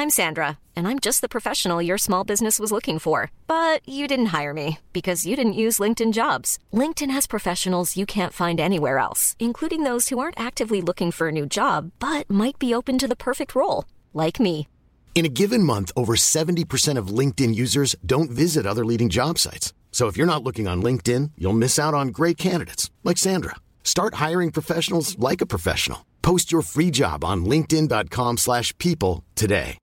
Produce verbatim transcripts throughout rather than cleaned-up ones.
I'm Sandra, and I'm just the professional your small business was looking for. But you didn't hire me because you didn't use LinkedIn Jobs. LinkedIn has professionals you can't find anywhere else, including those who aren't actively looking for a new job, but might be open to the perfect role, like me. In a given month, over seventy percent of LinkedIn users don't visit other leading job sites. So if you're not looking on LinkedIn, you'll miss out on great candidates like Sandra. Start hiring professionals like a professional. Post your free job on linkedin dot com slash people today.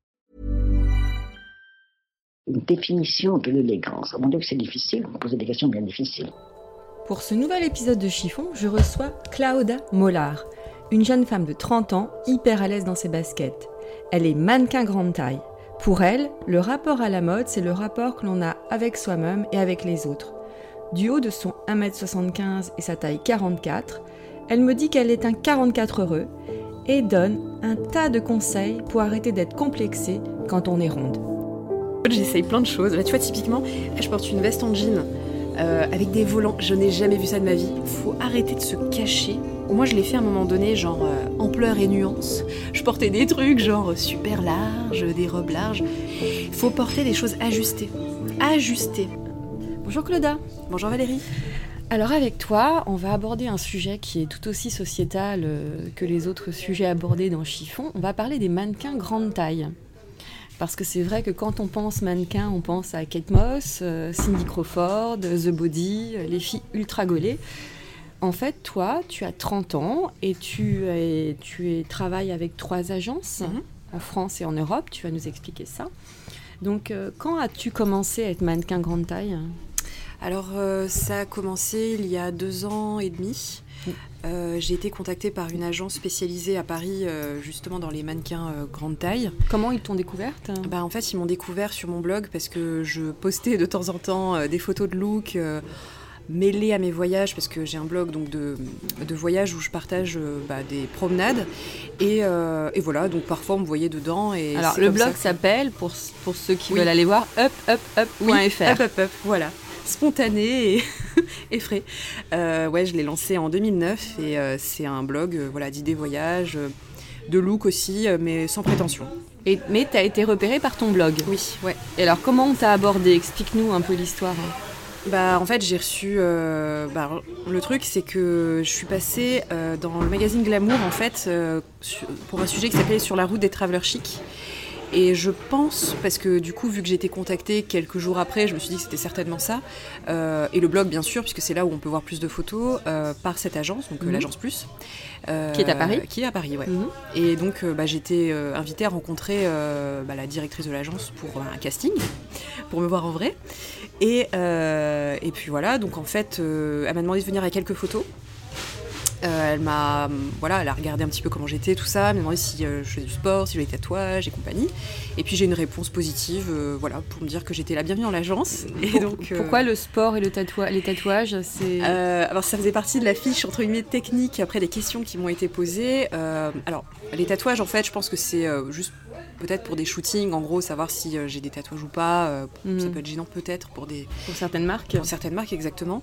Une définition de l'élégance. Mon Dieu que c'est difficile, vous posez des questions bien difficiles. Pour ce nouvel épisode de Chiffon, je reçois Claudia Mollard, une jeune femme de trente ans, hyper à l'aise dans ses baskets. Elle est mannequin grande taille. Pour elle, le rapport à la mode, c'est le rapport que l'on a avec soi-même et avec les autres. Du haut de son un mètre soixante-quinze et sa taille quarante-quatre, elle me dit qu'elle est un quarante-quatre heureux et donne un tas de conseils pour arrêter d'être complexée quand on est ronde. J'essaye plein de choses. Là, tu vois, typiquement, là, je porte une veste en jean euh, avec des volants. Je n'ai jamais vu ça de ma vie. Faut arrêter de se cacher. Moi, je l'ai fait à un moment donné, genre euh, ampleur et nuance. Je portais des trucs genre super larges, des robes larges. Faut porter des choses ajustées. Ajustées. Bonjour Claudia. Bonjour Valérie. Alors avec toi, on va aborder un sujet qui est tout aussi sociétal euh, que les autres sujets abordés dans Chiffon. On va parler des mannequins grande taille. Parce que c'est vrai que quand on pense mannequin, on pense à Kate Moss, euh, Cindy Crawford, The Body, euh, les filles ultra gaulées. En fait, toi, tu as trente ans et tu, es, tu es, travailles avec trois agences mm-hmm. en France et en Europe. Tu vas nous expliquer ça. Donc, euh, quand as-tu commencé à être mannequin grande taille ? Alors, euh, ça a commencé il y a deux ans et demi. Mm. Euh, j'ai été contactée par une agence spécialisée à Paris, euh, justement dans les mannequins euh, grande taille. Comment ils t'ont découverte ? Bah, en fait, ils m'ont découvert sur mon blog parce que je postais de temps en temps euh, des photos de look euh, mêlées à mes voyages, parce que j'ai un blog donc, de, de voyage où je partage euh, bah, des promenades. Et, euh, et voilà, donc parfois on me voyait dedans. Et alors, c'est le comme blog ça que... s'appelle, pour, pour ceux qui oui. veulent aller voir, up up up point f r. Oui, up up up, voilà. Spontané et, et frais. Euh, ouais, je l'ai lancé en deux mille neuf et euh, c'est un blog euh, voilà, d'idées voyage, euh, de look aussi, euh, mais sans prétention. Et, mais tu as été repérée par ton blog. Oui, ouais. Et alors, comment on t'a abordé ? Explique-nous un peu l'histoire. Bah, en fait, j'ai reçu... Euh, bah, le truc, c'est que je suis passée euh, dans le magazine Glamour, en fait, euh, sur, pour un sujet qui s'appelait « Sur la route des travelers chics ». Et je pense, parce que du coup, vu que j'ai été contactée quelques jours après, je me suis dit que c'était certainement ça. Euh, et le blog, bien sûr, puisque c'est là où on peut voir plus de photos, euh, par cette agence, donc mmh. euh, l'agence Plus. Euh, qui est à Paris Qui est à Paris, ouais. Mmh. Et donc, euh, bah, j'ai été euh, invitée à rencontrer euh, bah, la directrice de l'agence pour euh, un casting, pour me voir en vrai. Et, euh, et puis voilà, donc en fait, euh, elle m'a demandé de venir avec quelques photos. Euh, elle m'a, voilà, elle a regardé un petit peu comment j'étais, tout ça, elle m'a demandé si euh, je faisais du sport, si j'avais des tatouages et compagnie. Et puis j'ai une réponse positive, euh, voilà, pour me dire que j'étais la bienvenue dans l'agence. Et pour, donc, euh... pourquoi le sport et le tatou- les tatouages, c'est... Euh, alors ça faisait partie de la fiche entre guillemets technique, après des questions qui m'ont été posées. Euh, alors les tatouages, en fait, je pense que c'est euh, juste peut-être pour des shootings, en gros, savoir si euh, j'ai des tatouages ou pas. Euh, mmh. Ça peut être gênant peut-être pour des... Pour certaines marques. Pour certaines marques, exactement.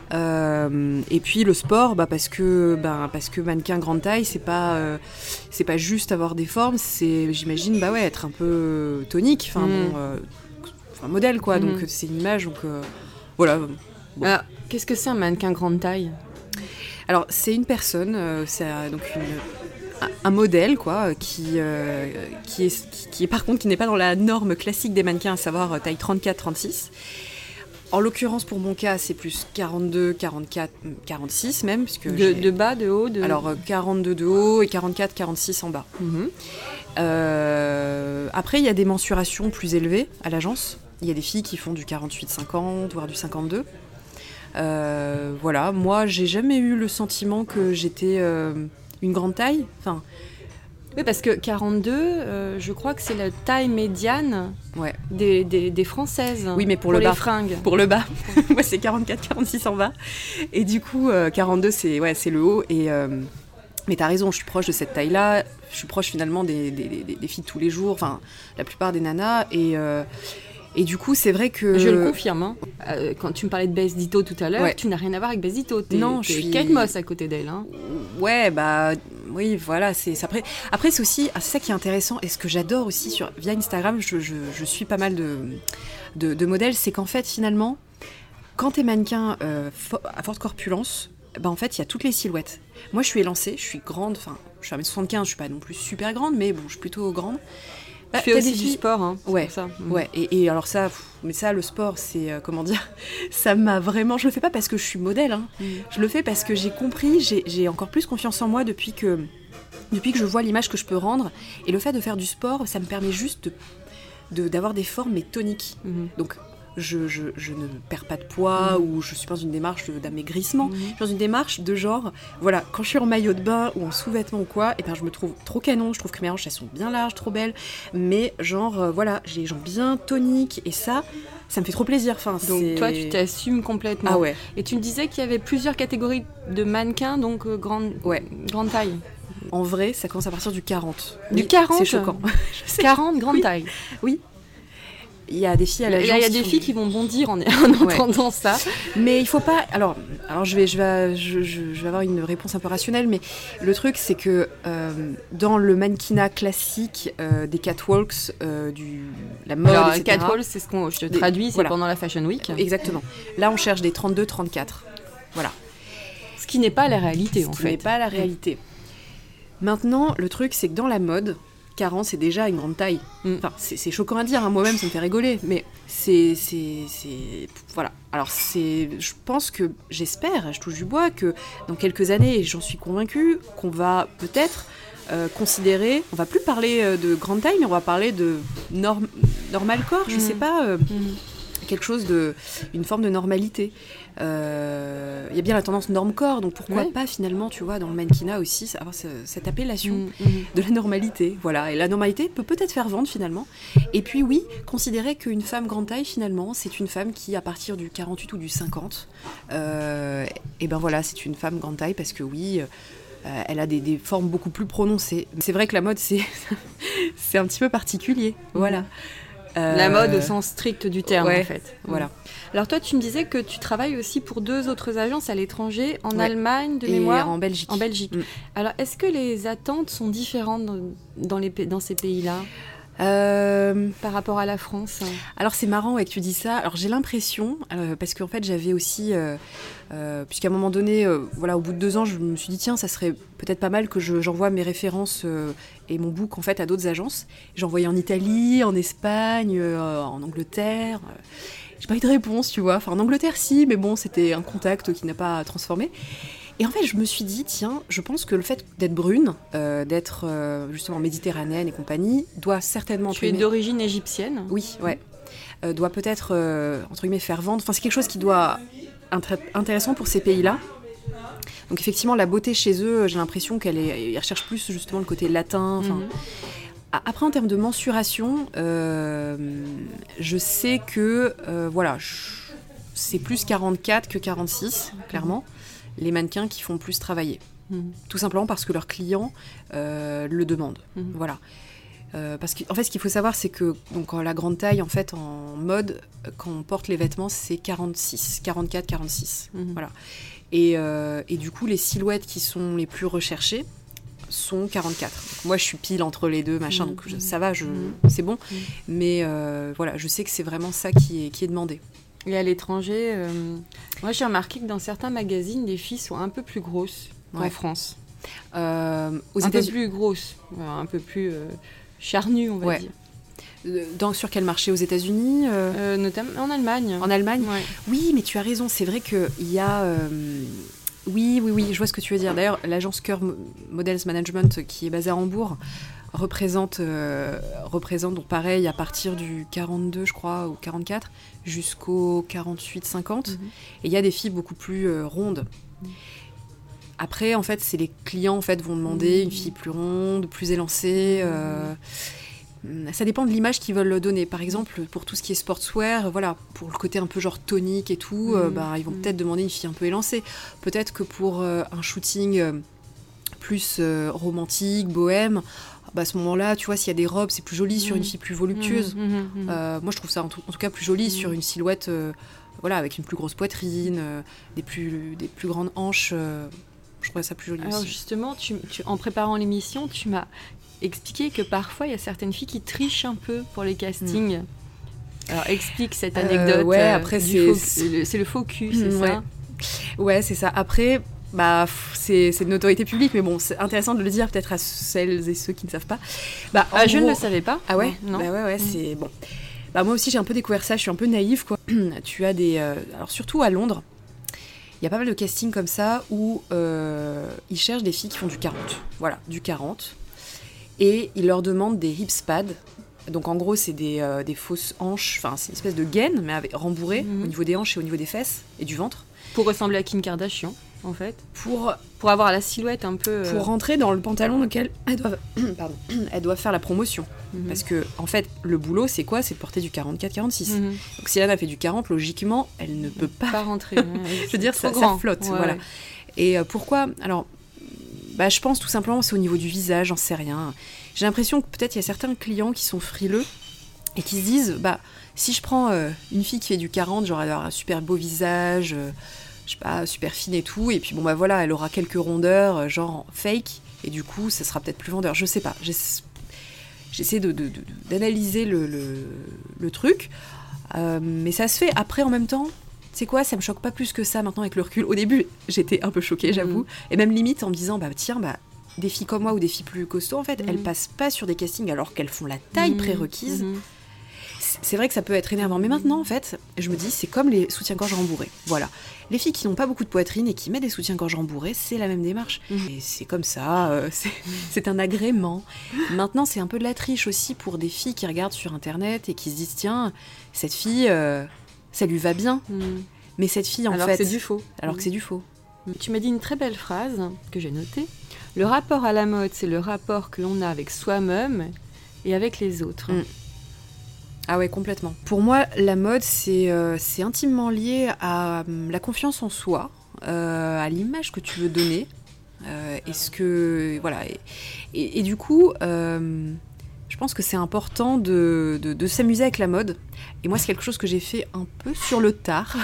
Euh, et puis le sport, bah, parce que, bah, parce que mannequin grande taille, c'est pas, euh, c'est pas juste avoir des formes, c'est, j'imagine, bah ouais, être un peu tonique, enfin mmh. bon, euh, un modèle quoi. Mmh. Donc c'est une image, donc euh, voilà. Bon. Alors, qu'est-ce que c'est un mannequin grande taille ? Alors c'est une personne, euh, c'est euh, donc une un modèle quoi, qui, euh, qui, est, qui, qui est par contre qui n'est pas dans la norme classique des mannequins, à savoir taille trente-quatre trente-six. En l'occurrence pour mon cas c'est plus quarante-deux, quarante-quatre, quarante-six même. Puisque de, de bas, de haut de... Alors quarante-deux de haut et quarante-quatre, quarante-six en bas. Mm-hmm. Euh, après il y a des mensurations plus élevées à l'agence. Il y a des filles qui font du quarante-huit cinquante, voire du cinquante-deux. Euh, voilà, moi j'ai jamais eu le sentiment que j'étais... Euh, une grande taille, enfin... Oui, parce que quarante-deux, euh, je crois que c'est la taille médiane ouais. des, des, des Françaises. Oui, mais pour, pour le les bas. fringues. Pour le bas. Moi, c'est quarante-quatre quarante-six en bas. Et du coup, euh, quarante-deux, c'est, ouais, c'est le haut. Et, euh, mais t'as raison, je suis proche de cette taille-là. Je suis proche, finalement, des, des, des, des filles de tous les jours. Enfin, la plupart des nanas. Et... Euh, Et du coup, c'est vrai que... Je le confirme. Hein. Euh, quand tu me parlais de Bess Ditto tout à l'heure, ouais. tu n'as rien à voir avec Bess Ditto. T'es, non, t'es je suis... Kate Moss à côté d'elle. Hein. Ouais, bah... Oui, voilà. C'est, c'est après, après, c'est aussi... Ah, c'est ça qui est intéressant. Et ce que j'adore aussi sur, via Instagram, je, je, je suis pas mal de, de, de modèles, c'est qu'en fait, finalement, quand t'es mannequin euh, fo- à forte corpulence, bah, en fait, il y a toutes les silhouettes. Moi, je suis élancée, je suis grande. Enfin, je suis un mètre soixante-quinze, je suis pas non plus super grande, mais bon, je suis plutôt grande. Bah, tu fais aussi du sport, hein, ouais, pour ça. Mmh. Ouais. Et, et alors ça, pff, mais ça, le sport, c'est euh, comment dire, ça m'a vraiment. Je le fais pas parce que je suis modèle. Hein. Mmh. Je le fais parce que j'ai compris, j'ai, j'ai encore plus confiance en moi depuis que, depuis que je vois l'image que je peux rendre. Et le fait de faire du sport, ça me permet juste de, de, d'avoir des formes mais toniques. Mmh. Donc je, je, je ne perds pas de poids, mmh. ou je suis pas dans une démarche d'amaigrissement. Mmh. Je suis dans une démarche de genre, voilà, quand je suis en maillot de bain ou en sous-vêtements ou quoi, et ben je me trouve trop canon, je trouve que mes hanches elles sont bien larges, trop belles, mais genre euh, voilà, j'ai les jambes bien toniques et ça, ça me fait trop plaisir. Enfin, donc c'est... toi tu t'assumes complètement. Ah ouais. Et tu me disais qu'il y avait plusieurs catégories de mannequins, donc euh, grande, ouais. grande taille. En vrai, ça commence à partir du quarante. Du oui, quarante. C'est choquant. quarante, grande oui. taille. Oui. Il y a des filles à l'agence. Il y a des filles qui vont bondir en, en entendant ouais. ça. Mais il faut pas. Alors, alors je vais, je vais, je, je, je vais avoir une réponse un peu rationnelle, mais le truc c'est que euh, dans le mannequinat classique euh, des catwalks, euh, du la mode, alors, et cetera. Catwalk, c'est ce qu'on je te des, traduis, c'est voilà. pendant la Fashion Week. Exactement. Là, on cherche des trente-deux, trente-quatre. Voilà. Ce qui n'est pas la réalité ce en qui fait. n'est pas la réalité. Maintenant, le truc c'est que dans la mode, quarante, c'est déjà une grande taille. Enfin, c'est, c'est choquant à dire, hein. Moi-même, ça me fait rigoler, mais c'est, c'est, c'est... Voilà. Alors, c'est... Je pense que, j'espère, je touche du bois, que dans quelques années, et j'en suis convaincue, qu'on va peut-être euh, considérer... On va plus parler euh, de grande taille, mais on va parler de norm... normal corps, je mmh. sais pas... Euh, mmh. quelque chose de... une forme de normalité. Il euh, y a bien la tendance norme-corps, donc pourquoi ouais. pas finalement, tu vois, dans le mannequinat aussi, avoir ce, cette appellation mmh, mmh. de la normalité, voilà. Et la normalité peut peut-être faire vendre finalement. Et puis oui, considérer qu'une femme grande taille finalement, c'est une femme qui à partir du quarante-huit ou du cinquante, euh, et ben voilà, c'est une femme grande taille parce que oui, euh, elle a des, des formes beaucoup plus prononcées. C'est vrai que la mode, c'est, c'est un petit peu particulier, mmh. voilà. Euh... La mode au sens strict du terme, ouais, en fait. Voilà. Alors toi, tu me disais que tu travailles aussi pour deux autres agences à l'étranger, en ouais. Allemagne, de et mémoire, en Belgique. En Belgique. Mm. Alors, est-ce que les attentes sont différentes dans, dans, les, dans ces pays-là euh... par rapport à la France? Alors c'est marrant ouais, que tu dis ça. Alors j'ai l'impression, euh, parce qu'en fait j'avais aussi, euh, euh, puisqu'à un moment donné, euh, voilà, au bout de deux ans, je me suis dit tiens, ça serait peut-être pas mal que je, j'envoie mes références euh, et mon book en fait à d'autres agences. J'ai envoyé en Italie, en Espagne, euh, en Angleterre. Euh, j'ai pas eu de réponse, tu vois. Enfin en Angleterre si, mais bon, c'était un contact qui n'a pas transformé. Et en fait, je me suis dit, tiens, je pense que le fait d'être brune, euh, d'être euh, justement méditerranéenne et compagnie, doit certainement... Tu es guillemets... d'origine égyptienne ? Oui, ouais. Euh, doit peut-être, euh, entre guillemets, faire vendre. Enfin, c'est quelque chose qui doit être intéressant pour ces pays-là. Donc effectivement, la beauté chez eux, j'ai l'impression qu'elle est... Ils recherchent plus justement le côté latin. Mm-hmm. Après, en termes de mensuration, euh, je sais que, euh, voilà, je... c'est plus quarante-quatre que quarante-six, clairement. Les mannequins qui font plus travailler. Mmh. Tout simplement parce que leurs clients euh, le demandent. Mmh. Voilà. Euh, parce qu'en en fait, ce qu'il faut savoir, c'est que donc, la grande taille, en fait, en mode, quand on porte les vêtements, c'est quarante-six, quarante-quatre, quarante-six. Mmh. Voilà. Et, euh, et du coup, les silhouettes qui sont les plus recherchées sont quarante-quatre. Donc, moi, je suis pile entre les deux, machin, mmh. donc je, ça va, je, mmh. c'est bon. Mmh. Mais euh, voilà, je sais que c'est vraiment ça qui est, qui est demandé. Et à l'étranger, euh, moi j'ai remarqué que dans certains magazines, les filles sont un peu plus grosses qu'en ouais. France. Euh, aux un États-Unis. peu plus grosses, un peu plus euh, charnues, on va ouais. dire. Dans, sur quel marché? Aux États-Unis euh... euh, Notamment en Allemagne. En Allemagne ouais. Oui, mais tu as raison, c'est vrai qu'il y a... Euh, oui, oui, oui, je vois ce que tu veux dire. D'ailleurs, l'agence Curve Models Management, qui est basée à Hambourg, représente, euh, représente donc pareil à partir du quarante-deux je crois ou quarante-quatre jusqu'au quarante-huit cinquante mm-hmm. et il y a des filles beaucoup plus euh, rondes. Mm-hmm. Après en fait c'est les clients en fait vont demander mm-hmm. une fille plus ronde, plus élancée. Euh, mm-hmm. Ça dépend de l'image qu'ils veulent donner. Par exemple pour tout ce qui est sportswear, voilà, pour le côté un peu genre tonique et tout, mm-hmm. euh, bah, ils vont mm-hmm. peut-être demander une fille un peu élancée. Peut-être que pour euh, un shooting euh, plus euh, romantique, bohème, bah, à ce moment-là, tu vois, s'il y a des robes, c'est plus joli mmh. sur une fille plus voluptueuse. Mmh, mmh, mmh. Euh, moi, je trouve ça en tout, en tout cas plus joli mmh. sur une silhouette, euh, voilà, avec une plus grosse poitrine, euh, des, plus, des plus grandes hanches. Euh, je trouvais ça plus joli Alors aussi. justement, tu, tu, en préparant l'émission, tu m'as expliqué que parfois, il y a certaines filles qui trichent un peu pour les castings. Mmh. Alors, explique cette anecdote. Euh, ouais, après, c'est... Faux, c'est, le, c'est le faux cul, c'est mmh, ouais. ça Ouais, c'est ça. Après... Bah, c'est, c'est de notoriété publique, mais bon, c'est intéressant de le dire peut-être à celles et ceux qui ne savent pas. Bah, ah, je gros... ne le savais pas. Ah ouais, non. Bah ouais, ouais, mmh. c'est bon. Bah moi aussi j'ai un peu découvert ça, je suis un peu naïve quoi. Tu as des, euh... alors surtout à Londres, il y a pas mal de castings comme ça où euh, ils cherchent des filles qui font du quarante, voilà, du quarante, et ils leur demandent des hips pads. Donc en gros c'est des, euh, des fausses hanches, enfin c'est une espèce de gaine mais avec, rembourrée mmh. au niveau des hanches et au niveau des fesses et du ventre. Pour ressembler à Kim Kardashian. En fait, pour, pour avoir la silhouette un peu... Pour euh... rentrer dans le pantalon auquel elles doivent, pardon, elles doivent faire la promotion. Mm-hmm. Parce que, en fait, le boulot, c'est quoi ? C'est de porter du quarante-quatre quarante-six. Mm-hmm. Donc si elle a fait du quarante, logiquement, elle ne peut pas... Pas rentrer. Je veux dire, ça, ça flotte, ouais, voilà. Ouais. Et euh, pourquoi ? Alors, bah, je pense tout simplement, c'est au niveau du visage, j'en sais rien. J'ai l'impression que peut-être il y a certains clients qui sont frileux et qui se disent, bah, si je prends euh, une fille qui fait du quarante, genre elle aura un super beau visage... Euh, je sais pas, super fine et tout, et puis bon bah voilà, elle aura quelques rondeurs, genre fake, et du coup, ça sera peut-être plus vendeur, je sais pas, J'essa... j'essaie de, de, de, d'analyser le, le, le truc, euh, mais ça se fait, après en même temps, c'est quoi, ça me choque pas plus que ça maintenant avec le recul, au début, j'étais un peu choquée, j'avoue, mmh. et même limite en me disant, bah tiens, bah, des filles comme moi, ou des filles plus costauds, en fait, mmh. elles passent pas sur des castings alors qu'elles font la taille mmh. prérequise, mmh. c'est vrai que ça peut être énervant, mais maintenant en fait, je me dis, c'est comme les soutiens-gorge rembourrés. Voilà. Les filles qui n'ont pas beaucoup de poitrine et qui mettent des soutiens-gorge rembourrés, c'est la même démarche. Mmh. Et c'est comme ça, euh, c'est, c'est un agrément. Maintenant, c'est un peu de la triche aussi pour des filles qui regardent sur Internet et qui se disent, tiens, cette fille, euh, ça lui va bien. Mmh. Mais cette fille, en alors fait... Alors que c'est du faux. Alors mmh. que c'est du faux. Tu m'as dit une très belle phrase que j'ai notée. Le rapport à la mode, c'est le rapport que l'on a avec soi-même et avec les autres. Mmh. Ah ouais, complètement. Pour moi, la mode, c'est, euh, c'est intimement lié à euh, la confiance en soi, euh, à l'image que tu veux donner. Euh, est-ce que... Voilà. Et, et, et du coup, euh, je pense que c'est important de, de, de s'amuser avec la mode. Et moi, c'est quelque chose que j'ai fait un peu sur le tard.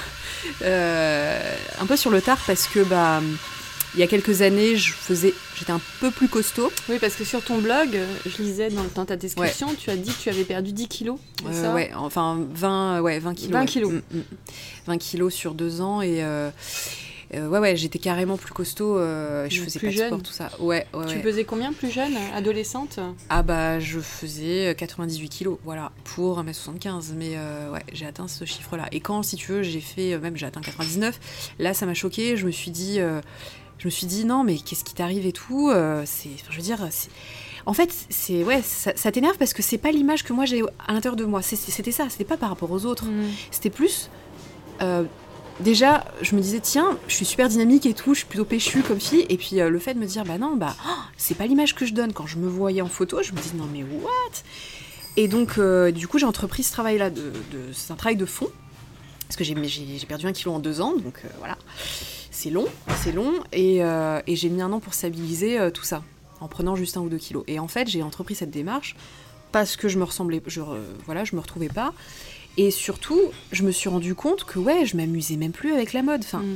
euh, un peu sur le tard parce que... bah il y a quelques années, je faisais, j'étais un peu plus costaud. Oui, parce que sur ton blog, je lisais dans, dans ta description, ouais. tu as dit que tu avais perdu dix kilos. Euh, ça ouais, enfin vingt, ouais, vingt kilos. vingt ouais. kilos. Mmh, mmh. vingt kilos sur deux ans et euh, euh, ouais, ouais, j'étais carrément plus costaud. Euh, je faisais plus pas de jeune. sport, tout ça. Ouais, ouais. Tu ouais. pesais combien plus jeune, adolescente ? Ah bah, je faisais quatre-vingt-dix-huit kilos, voilà, pour un mètre soixante-quinze. Mais euh, ouais, j'ai atteint ce chiffre-là. Et quand, si tu veux, j'ai fait, même j'ai atteint quatre-vingt-dix-neuf. Là, ça m'a choquée. Je me suis dit. Euh, Je me suis dit, non, mais qu'est-ce qui t'arrive et tout euh, c'est, je veux dire, c'est... En fait, c'est, ouais, ça, ça t'énerve parce que c'est pas l'image que moi j'ai à l'intérieur de moi. C'est, c'était ça, c'était pas par rapport aux autres. Mmh. C'était plus... Euh, déjà, je me disais, tiens, je suis super dynamique et tout, je suis plutôt péchue comme fille. Et puis euh, le fait de me dire, bah non, bah, oh, c'est pas l'image que je donne. Quand je me voyais en photo, je me dis, non, mais what ? Et donc, euh, du coup, j'ai entrepris ce travail-là. De, de, c'est un travail de fond. Parce que j'ai, j'ai, j'ai perdu un kilo en deux ans, donc euh, voilà. C'est long, c'est long, et, euh, et j'ai mis un an pour stabiliser euh, tout ça, en prenant juste un ou deux kilos. Et en fait, j'ai entrepris cette démarche parce que je me ressemblais, je, euh, voilà, je me retrouvais pas, et surtout, je me suis rendu compte que ouais, je m'amusais même plus avec la mode. Enfin, mm.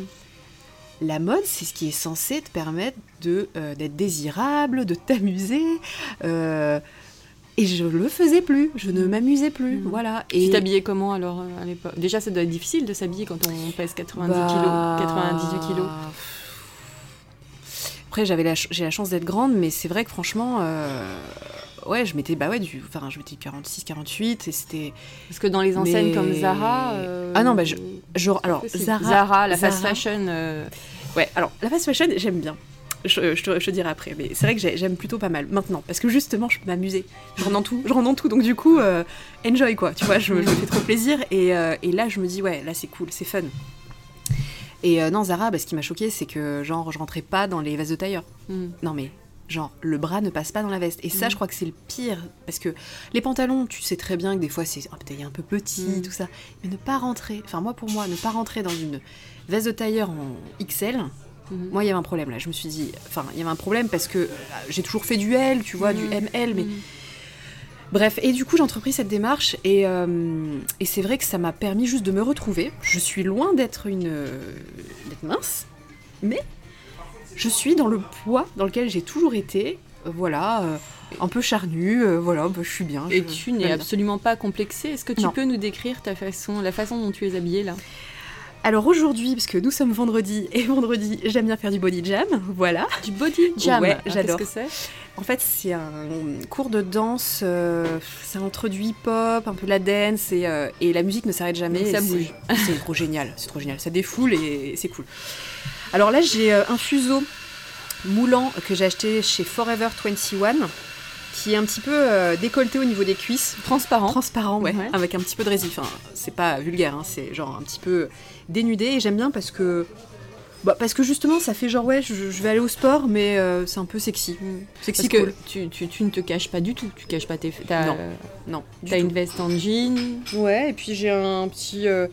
la mode, c'est ce qui est censé te permettre de euh, d'être désirable, de t'amuser. Euh, Et je le faisais plus, je ne m'amusais plus, mmh. voilà. Et tu t'habillais comment alors à l'époque ? Déjà, ça doit être difficile de s'habiller quand on pèse quatre-vingt-dix bah... kilos, quatre-vingt-dix-huit kilos. Après, j'avais la ch- j'ai la chance d'être grande, mais c'est vrai que franchement, euh... ouais, je mettais, bah ouais, du, enfin, je mettais quarante-six, quarante-huit, et c'était. Parce que dans les enseignes mais... comme Zara. Euh... Ah non, bah je, je... alors Zara, Zara, la Zara... fast fashion. Euh... Ouais, alors la fast fashion, j'aime bien. Je, je, te, je te dirai après, mais c'est vrai que j'aime plutôt pas mal maintenant, parce que justement je peux m'amuser, je rentre dans tout, je rentre dans tout, donc du coup, euh, enjoy quoi, tu vois, je, je me fais trop plaisir, et, euh, et là je me dis ouais, là c'est cool, c'est fun. Et euh, non, Zara, bah, ce qui m'a choquée, c'est que genre je rentrais pas dans les vestes de tailleur, mm. non mais genre le bras ne passe pas dans la veste, et ça mm. je crois que c'est le pire, parce que les pantalons, tu sais très bien que des fois c'est oh, taillé un peu petit, mm. tout ça, mais ne pas rentrer, enfin moi pour moi, ne pas rentrer dans une veste de tailleur en X L, Mmh. Moi, il y avait un problème là. Je me suis dit, enfin, il y avait un problème parce que j'ai toujours fait du L, tu vois, mmh. du M L, mais. Mmh. Bref, et du coup, j'ai entrepris cette démarche et, euh, et c'est vrai que ça m'a permis juste de me retrouver. Je suis loin d'être une euh, d'être mince, mais je suis dans le poids dans lequel j'ai toujours été. Euh, voilà, euh, un peu charnue. Euh, voilà, bah, je suis bien. Et je, tu n'es absolument pas complexée. Est-ce que tu non. peux nous décrire ta façon, la façon dont tu es habillée là ? Alors aujourd'hui, parce que nous sommes vendredi, et vendredi, j'aime bien faire du body jam, voilà. Du body jam, ouais, alors, j'adore. Qu'est-ce que c'est ? En fait, c'est un cours de danse, euh, c'est entre du hip-hop, un peu de la dance, et, euh, et la musique ne s'arrête jamais. Donc ça bouge. C'est, c'est trop génial, c'est trop génial, ça défoule et c'est cool. Alors là, j'ai euh, un fuseau moulant que j'ai acheté chez Forever vingt et un, qui est un petit peu euh, décolleté au niveau des cuisses. Transparent. Transparent, ouais, ouais. avec un petit peu de résine. Enfin, c'est pas vulgaire, hein, c'est genre un petit peu dénudé, et j'aime bien parce que... Bah, parce que justement, ça fait genre, ouais, je, je vais aller au sport, mais euh, c'est un peu sexy. Mmh. Sexy parce cool. que tu, tu, tu ne te caches pas du tout. Tu caches pas tes... T'as, non, euh, non. T'as une veste en jean. Ouais, et puis j'ai un petit... Euh...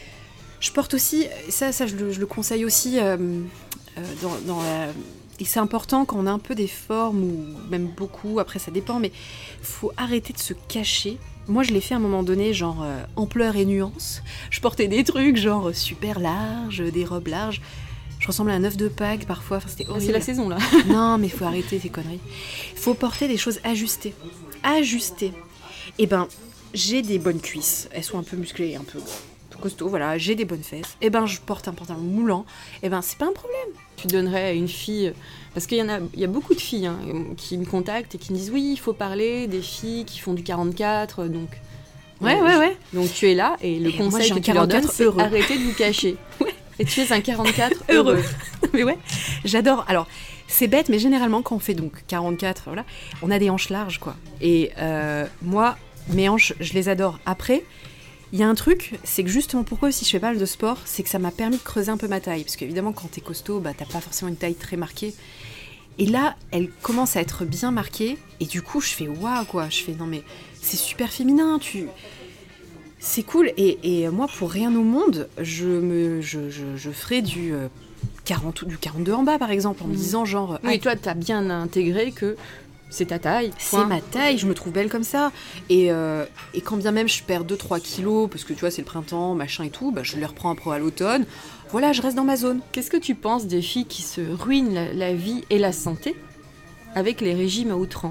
Je porte aussi... Ça, ça je, le, je le conseille aussi euh, euh, dans, dans la... Et c'est important quand on a un peu des formes, ou même beaucoup, après ça dépend, mais faut arrêter de se cacher. Moi, je l'ai fait à un moment donné, genre euh, ampleur et nuance. Je portais des trucs genre super larges, des robes larges. Je ressemblais à un œuf de Pâques parfois, enfin, c'était horrible. C'est la saison là. Non, mais il faut arrêter ces conneries. Il faut porter des choses ajustées. Ajustées. Et ben, j'ai des bonnes cuisses. Elles sont un peu musclées, un peu costaud, voilà. J'ai des bonnes fesses. Et ben, je porte un pantalon moulant. Et ben, c'est pas un problème. Tu donnerais à une fille... Parce qu'il y en a, il y a beaucoup de filles hein, qui me contactent et qui me disent « Oui, il faut parler des filles qui font du quarante-quatre, donc... » Ouais, ouais, ouais. Donc tu es là et le et conseil moi, que tu leur donnes, c'est heureux. arrêter de vous cacher. Ouais. Et tu es un quarante-quatre heureux. heureux. Mais ouais, j'adore. Alors, c'est bête, mais généralement, quand on fait donc quarante-quatre, voilà, on a des hanches larges, quoi. Et euh, moi, mes hanches, je les adore. Après, il y a un truc, c'est que justement, pourquoi aussi je fais pas mal de sport, c'est que ça m'a permis de creuser un peu ma taille. Parce qu'évidemment, quand t'es costaud, bah, t'as pas forcément une taille très marquée. Et là, elle commence à être bien marquée. Et du coup, je fais waouh, quoi. Je fais non, mais c'est super féminin, tu... C'est cool, et, et moi, pour rien au monde, je, me, je, je, je ferais du, euh, quarante, du quarante-deux en bas, par exemple, en me disant genre... Oui, ah, toi, t'as bien intégré que c'est ta taille. C'est point. ma taille, je me trouve belle comme ça. Et, euh, et quand bien même je perds deux trois kilos, parce que tu vois, c'est le printemps, machin et tout, bah, je les reprends après à l'automne. Voilà, je reste dans ma zone. Qu'est-ce que tu penses des filles qui se ruinent la, la vie et la santé avec les régimes à outrance ?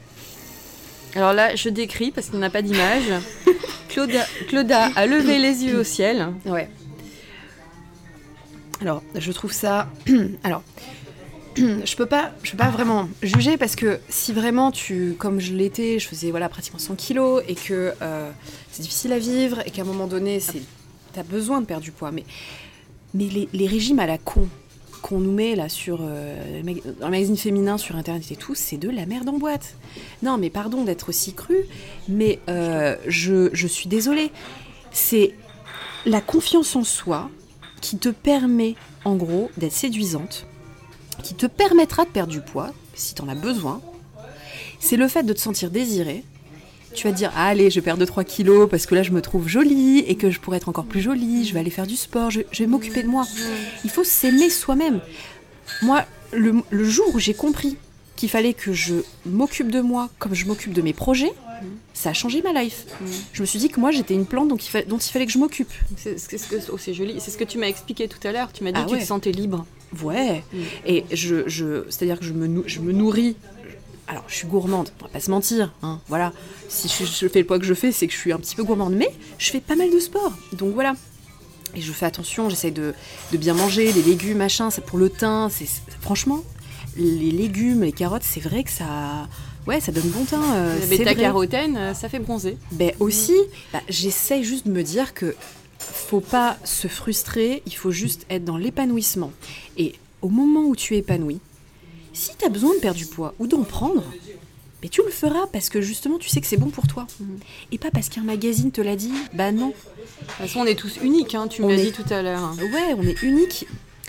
Alors là, je décris parce qu'on n'a pas d'image. Claudia, Claudia a levé les yeux au ciel. Ouais. Alors, je trouve ça... Alors, je peux pas, je peux pas vraiment juger parce que si vraiment tu... Comme je l'étais, je faisais voilà, pratiquement cent kilos et que euh, c'est difficile à vivre et qu'à un moment donné, c'est, t'as besoin de perdre du poids. Mais, mais les, les régimes à la con qu'on nous met là sur euh, dans le magazine féminin sur internet et tout, c'est de la merde en boîte. Non mais pardon d'être aussi cru, mais euh, je, je suis désolée. C'est la confiance en soi qui te permet en gros d'être séduisante, qui te permettra de perdre du poids si t'en as besoin. C'est le fait de te sentir désirée. Tu vas te dire, ah, allez, je vais perdre deux trois kilos parce que là, je me trouve jolie et que je pourrais être encore plus jolie, je vais aller faire du sport, je, je vais m'occuper de moi. Il faut s'aimer soi-même. Moi, le, le jour où j'ai compris qu'il fallait que je m'occupe de moi comme je m'occupe de mes projets, ça a changé ma life. Je me suis dit que moi, j'étais une plante donc il fa- dont il fallait que je m'occupe. C'est, c'est, c'est, oh, c'est joli. C'est ce que tu m'as expliqué tout à l'heure. Tu m'as dit Ah que ouais. tu te sentais libre. Ouais. Mm. Et je, je, c'est-à-dire que je me, nou- je me nourris. Alors, je suis gourmande, on va pas se mentir, hein, voilà. Si je, je fais le poids que je fais, c'est que je suis un petit peu gourmande, mais je fais pas mal de sport, donc voilà. Et je fais attention, j'essaie de, de bien manger, les légumes, machin, c'est pour le teint, c'est, c'est, franchement, les légumes, les carottes, c'est vrai que ça... Ouais, ça donne bon teint, euh, La c'est vrai. bêta-carotène, ça fait bronzer. Ben aussi, bah, j'essaie juste de me dire que faut pas se frustrer, il faut juste être dans l'épanouissement. Et au moment où tu es épanoui, si tu as besoin de perdre du poids ou d'en prendre, mais tu le feras parce que justement tu sais que c'est bon pour toi. Mmh. Et pas parce qu'un magazine te l'a dit, bah non. De toute façon, on est tous uniques, hein, tu me on l'as est... dit tout à l'heure. Ouais, on est uniques.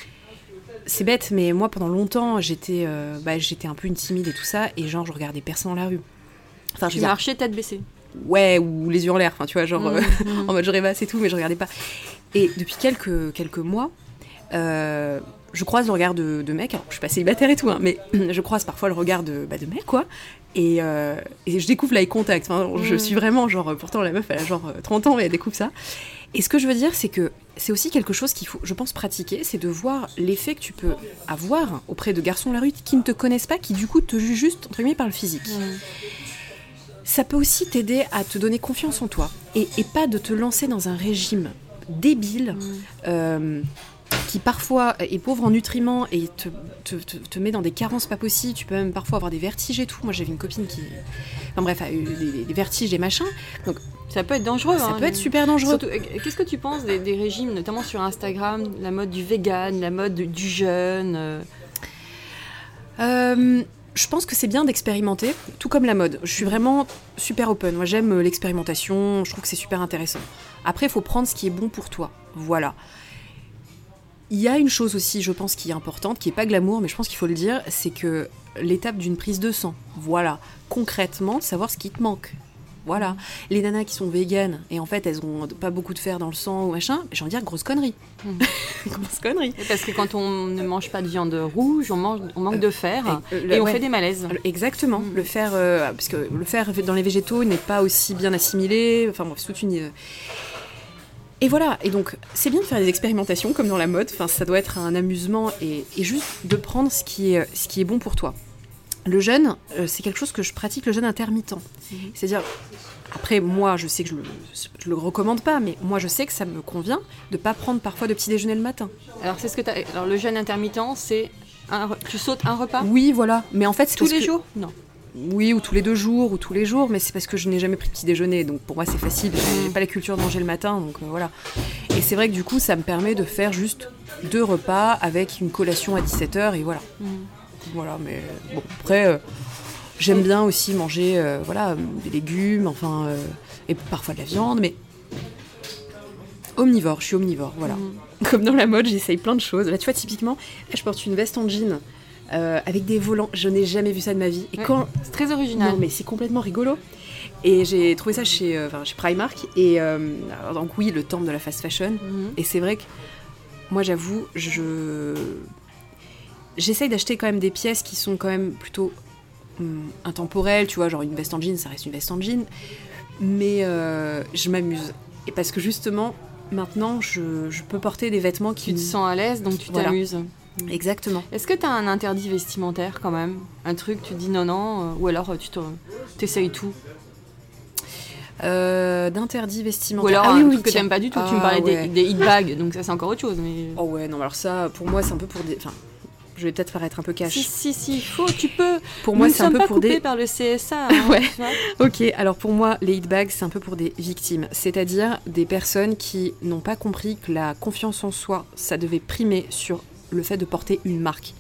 C'est bête, mais moi pendant longtemps, j'étais, euh, bah, j'étais un peu une timide et tout ça, et genre je regardais personne dans la rue. Enfin, tu marchais tête baissée. Ouais, ou les yeux en l'air, enfin tu vois, genre mmh, euh, mmh. en mode je rêvasse et tout, mais je regardais pas. Et depuis quelques, quelques mois, euh, je croise le regard de, de mecs, alors je suis pas célibataire et tout, hein, mais je croise parfois le regard de, bah, de mecs, quoi, et, euh, et je découvre l'eye contact, enfin, mmh. je suis vraiment, genre, pourtant la meuf, elle a genre trente ans et elle découvre ça. Et ce que je veux dire, c'est que c'est aussi quelque chose qu'il faut, je pense, pratiquer, c'est de voir l'effet que tu peux avoir auprès de garçons de la rue qui ne te connaissent pas, qui du coup te jugent juste, entre guillemets, par le physique. Mmh. Ça peut aussi t'aider à te donner confiance en toi, et, et pas de te lancer dans un régime débile, mmh. euh, qui parfois est pauvre en nutriments et te, te, te, te met dans des carences pas possibles. Tu peux même parfois avoir des vertiges et tout. Moi, j'avais une copine qui, enfin bref, a eu des, des vertiges, des machins. Donc, ça peut être dangereux. Ça hein, peut être super dangereux. Surtout, qu'est-ce que tu penses des, des régimes, notamment sur Instagram, la mode du vegan, la mode du jeûne euh... Euh, je pense que c'est bien d'expérimenter, tout comme la mode. Je suis vraiment super open. Moi, j'aime l'expérimentation. Je trouve que c'est super intéressant. Après, il faut prendre ce qui est bon pour toi. Voilà. Il y a une chose aussi, je pense, qui est importante, qui n'est pas glamour, mais je pense qu'il faut le dire, c'est que l'étape d'une prise de sang, voilà, concrètement, savoir ce qui te manque. Voilà. Les nanas qui sont véganes, et en fait, elles n'ont pas beaucoup de fer dans le sang ou machin, j'ai envie de dire grosse connerie. Mmh. grosse connerie. Parce que quand on ne mange pas de viande rouge, on, mange, on manque de fer, euh, et, et on ouais. fait des malaises. Exactement. Mmh. Le fer, euh, parce que le fer dans les végétaux n'est pas aussi bien assimilé, enfin bon, c'est toute une... Euh, Et voilà, et donc c'est bien de faire des expérimentations comme dans la mode, enfin, ça doit être un amusement et, et juste de prendre ce qui, est, ce qui est bon pour toi. Le jeûne, euh, c'est quelque chose que je pratique, le jeûne intermittent. Mmh. C'est-à-dire, après moi je sais que je le, je le recommande pas, mais moi je sais que ça me convient de pas prendre parfois de petit déjeuner le matin. Alors c'est ce que t'as... Alors le jeûne intermittent, c'est un... tu sautes un repas ? Oui, voilà, mais en fait c'est tous les que... jours ? Non. Oui, ou tous les deux jours, ou tous les jours, mais c'est parce que je n'ai jamais pris de petit déjeuner, donc pour moi c'est facile, j'ai pas la culture de manger le matin, donc euh, voilà. Et c'est vrai que du coup, ça me permet de faire juste deux repas avec une collation à dix-sept heures, et voilà. Mm. Voilà, mais bon, après, euh, j'aime bien aussi manger, euh, voilà, des légumes, enfin, euh, et parfois de la viande, mais omnivore, je suis omnivore, voilà. Mm. Comme dans la mode, j'essaye plein de choses. Là, tu vois, typiquement, là, je porte une veste en jean, Euh, avec des volants, je n'ai jamais vu ça de ma vie. Et ouais, quand... C'est très original. Non, mais c'est complètement rigolo. Et j'ai trouvé ça chez, euh, chez Primark. Et euh, alors, donc oui, le temple de la fast fashion. Mm-hmm. Et c'est vrai que moi, j'avoue, je j'essaye d'acheter quand même des pièces qui sont quand même plutôt hum, intemporelles. Tu vois, genre une veste en jean, ça reste une veste en jean. Mais euh, je m'amuse. Et parce que justement, maintenant, je, je peux porter des vêtements qui... Tu te sens à l'aise, donc tu voilà. t'amuses. Exactement. Est-ce que tu as un interdit vestimentaire quand même ? Un truc, tu te dis non, non, euh, ou alors tu t'essayes tout ? euh, D'interdit vestimentaire. Ou alors ah, un oui, truc oui, que tiens. t'aimes pas du tout, ah, tu me parlais ouais. des, des hit bags, donc ça c'est encore autre chose. Mais... Oh ouais, non, alors ça, pour moi, c'est un peu pour des... Enfin, je vais peut-être paraître un peu cash. Si, si, si, il faut, tu peux. Pour moi, Nous c'est un peu pas pour des... par le C S A. Hein, ouais, tu vois. ok. Alors pour moi, les hit bags, c'est un peu pour des victimes. C'est-à-dire des personnes qui n'ont pas compris que la confiance en soi, ça devait primer sur le fait de porter une marque.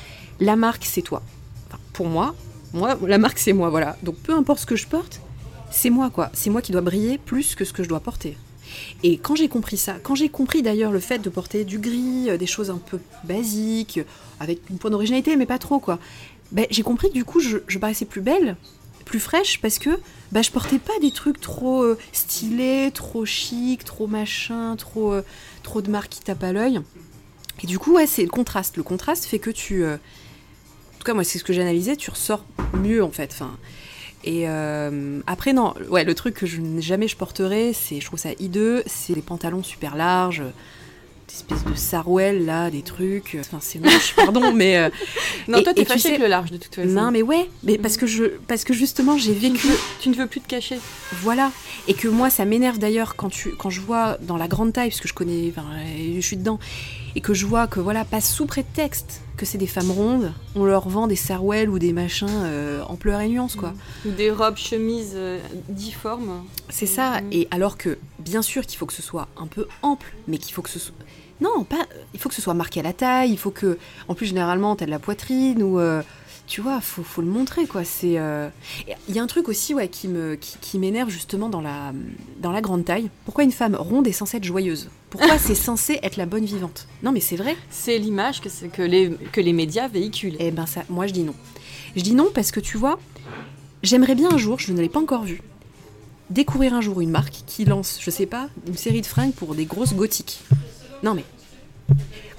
La marque, c'est toi. Enfin, pour moi, moi, la marque, c'est moi, voilà. Donc, peu importe ce que je porte, c'est moi, quoi. C'est moi qui dois briller plus que ce que je dois porter. Et quand j'ai compris ça, quand j'ai compris d'ailleurs le fait de porter du gris, euh, des choses un peu basiques, avec une pointe d'originalité, mais pas trop, quoi, ben, j'ai compris que du coup, je, je paraissais plus belle, plus fraîche, parce que ben, je portais pas des trucs trop euh, stylés, trop chic, trop machin, trop, euh, trop de marques qui tapent à l'œil. Et du coup, ouais, c'est le contraste. Le contraste fait que tu... Euh, en tout cas, moi, c'est ce que j'ai analysé, tu ressors mieux, en fait. Enfin, et euh, après, non, ouais, le truc que je jamais je porterai, c'est, je trouve ça hideux, c'est les pantalons super larges, des espèces de sarouel, là, des trucs... Enfin, c'est moche, pardon, mais... Euh, non, et, toi, t'es fâchée avec le large, de toute façon. Non, mais ouais, mais parce que, je, parce que justement, j'ai vécu... Tu ne, veux, tu ne veux plus te cacher. Voilà. Et que moi, ça m'énerve d'ailleurs quand, tu, quand je vois dans la grande taille, parce que je connais... Enfin, je suis dedans... Et que je vois que, voilà, pas sous prétexte que c'est des femmes rondes, on leur vend des sarouels ou des machins euh, ampleur et nuance, quoi. Ou des robes, chemises euh, difformes. C'est ça, mmh. Et alors que, bien sûr qu'il faut que ce soit un peu ample, mais qu'il faut que ce soit... Non, pas... il faut que ce soit marqué à la taille, il faut que... En plus, généralement, t'as de la poitrine, ou... Euh... Tu vois, faut, faut le montrer, quoi. C'est, euh... Il y a un truc aussi, ouais, qui, me, qui, qui m'énerve justement dans la, dans la grande taille. Pourquoi une femme ronde est censée être joyeuse ? Pourquoi c'est censé être la bonne vivante ? Non, mais c'est vrai. C'est l'image que, c'est que, les, que les médias véhiculent. Eh ben ça, moi je dis non. Je dis non parce que tu vois, j'aimerais bien un jour, je ne l'ai pas encore vu, découvrir un jour une marque qui lance, je sais pas, une série de fringues pour des grosses gothiques. Non mais...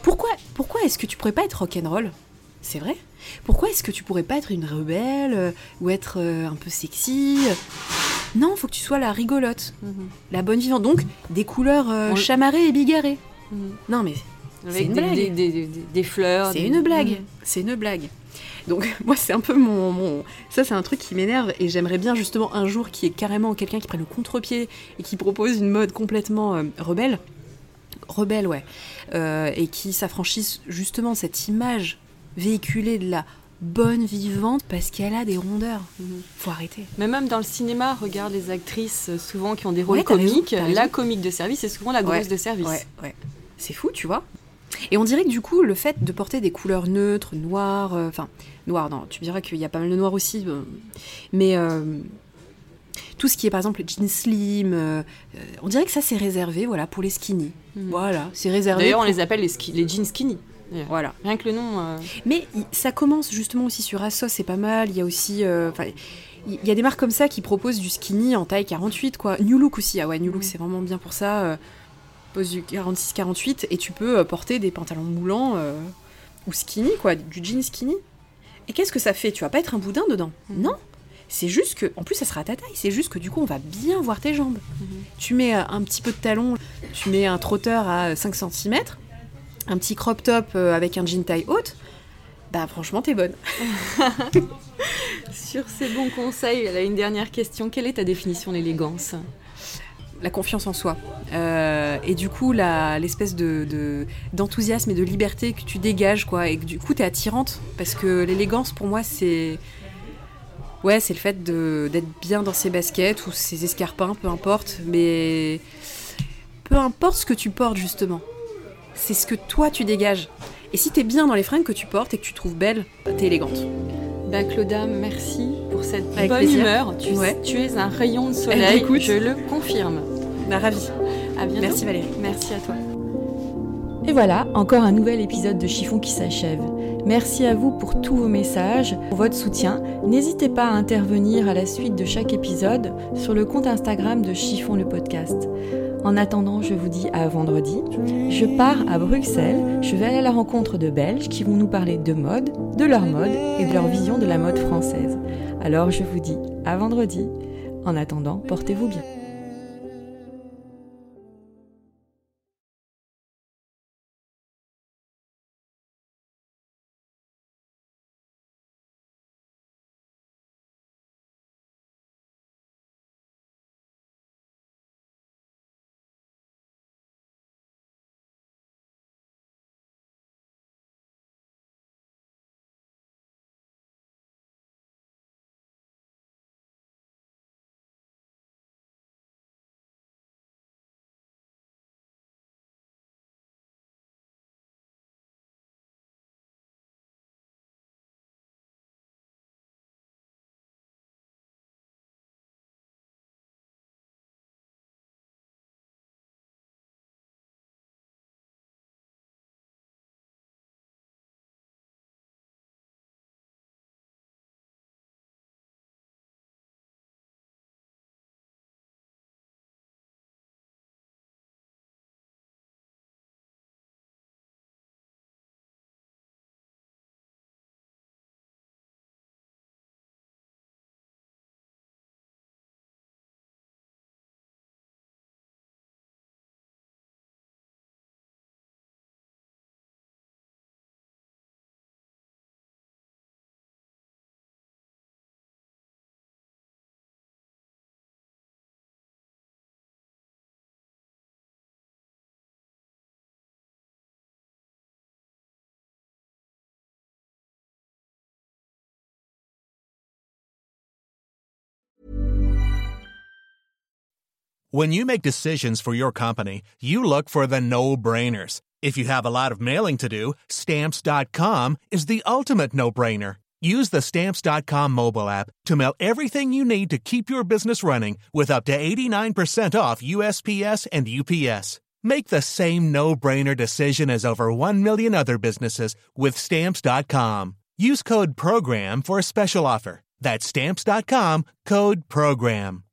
Pourquoi, pourquoi est-ce que tu pourrais pas être rock'n'roll ? C'est vrai. Pourquoi est-ce que tu pourrais pas être une rebelle euh, ou être euh, un peu sexy ? Non, faut que tu sois la rigolote, mm-hmm. la bonne vivante. Donc, des couleurs euh, chamarrées et bigarrées. Mm-hmm. Non, mais avec c'est une des, blague. Des, des, des, des fleurs. C'est des... une blague. Mm-hmm. C'est une blague. Donc, moi, c'est un peu mon, mon... Ça, c'est un truc qui m'énerve et j'aimerais bien, justement, un jour qu'il y ait carrément quelqu'un qui prenne le contre-pied et qui propose une mode complètement euh, rebelle. Rebelle, ouais. Euh, et qui s'affranchisse, justement, de cette image véhiculée de la bonne vivante parce qu'elle a des rondeurs. Mm-hmm. Faut arrêter. Mais même dans le cinéma, regarde les actrices souvent qui ont des rôles ouais, comiques. Raison, la comique de service, c'est souvent la grosse ouais, de service. Ouais, ouais. C'est fou, tu vois. Et on dirait que du coup, le fait de porter des couleurs neutres, noires, enfin, euh, noires, non, tu me diras qu'il y a pas mal de noir aussi, euh, mais euh, tout ce qui est par exemple jeans slim, euh, on dirait que ça c'est réservé, voilà, pour les skinny. Mmh. Voilà, c'est réservé. D'ailleurs, pour... on les appelle les, ski- les jeans skinny. Voilà. Rien que le nom. Euh... Mais ça commence justement aussi sur Asos, c'est pas mal. Il y a aussi, euh, il y a des marques comme ça qui proposent du skinny en taille quarante-huit, quoi. New Look aussi, ah ouais, New Look mmh. c'est vraiment bien pour ça. Euh, pose du quarante-six quarante-huit et tu peux porter des pantalons moulants euh, ou skinny, quoi, du jean skinny. Et qu'est-ce que ça fait ? Tu vas pas être un boudin dedans. Mmh. Non. C'est juste que, en plus ça sera à ta taille, c'est juste que du coup on va bien voir tes jambes. Mmh. Tu mets un petit peu de talon, tu mets un trotteur à cinq centimètres, un petit crop top avec un jean taille haute, bah franchement t'es bonne. Sur ces bons conseils, elle a une dernière question. Quelle est ta définition de l'élégance ? La confiance en soi. Euh, et du coup, la, l'espèce de, de, d'enthousiasme et de liberté que tu dégages, quoi. Et que du coup, t'es attirante. Parce que l'élégance, pour moi, c'est... Ouais, c'est le fait de, d'être bien dans ses baskets ou ses escarpins, peu importe. Mais peu importe ce que tu portes, justement. C'est ce que toi, tu dégages. Et si t'es bien dans les fringues que tu portes et que tu trouves belles, bah, t'es élégante. Bah Claudia, merci pour cette Avec bonne plaisir. humeur. Tu, ouais. tu es un rayon de soleil, écoute, je le confirme. Bah, ravie. À bientôt. Merci Valérie. Merci à toi. Et voilà, encore un nouvel épisode de Chiffon qui s'achève. Merci à vous pour tous vos messages, pour votre soutien. N'hésitez pas à intervenir à la suite de chaque épisode sur le compte Instagram de Chiffon le podcast. En attendant, je vous dis à vendredi. Je pars à Bruxelles. Je vais aller à la rencontre de Belges qui vont nous parler de mode, de leur mode et de leur vision de la mode française. Alors je vous dis à vendredi. En attendant, portez-vous bien. When you make decisions for your company, you look for the no-brainers. If you have a lot of mailing to do, Stamps dot com is the ultimate no-brainer. Use the Stamps dot com mobile app to mail everything you need to keep your business running with up to eighty-nine percent off U S P S and U P S. Make the same no-brainer decision as over one million other businesses with Stamps dot com. Use code PROGRAM for a special offer. That's Stamps dot com, code PROGRAM.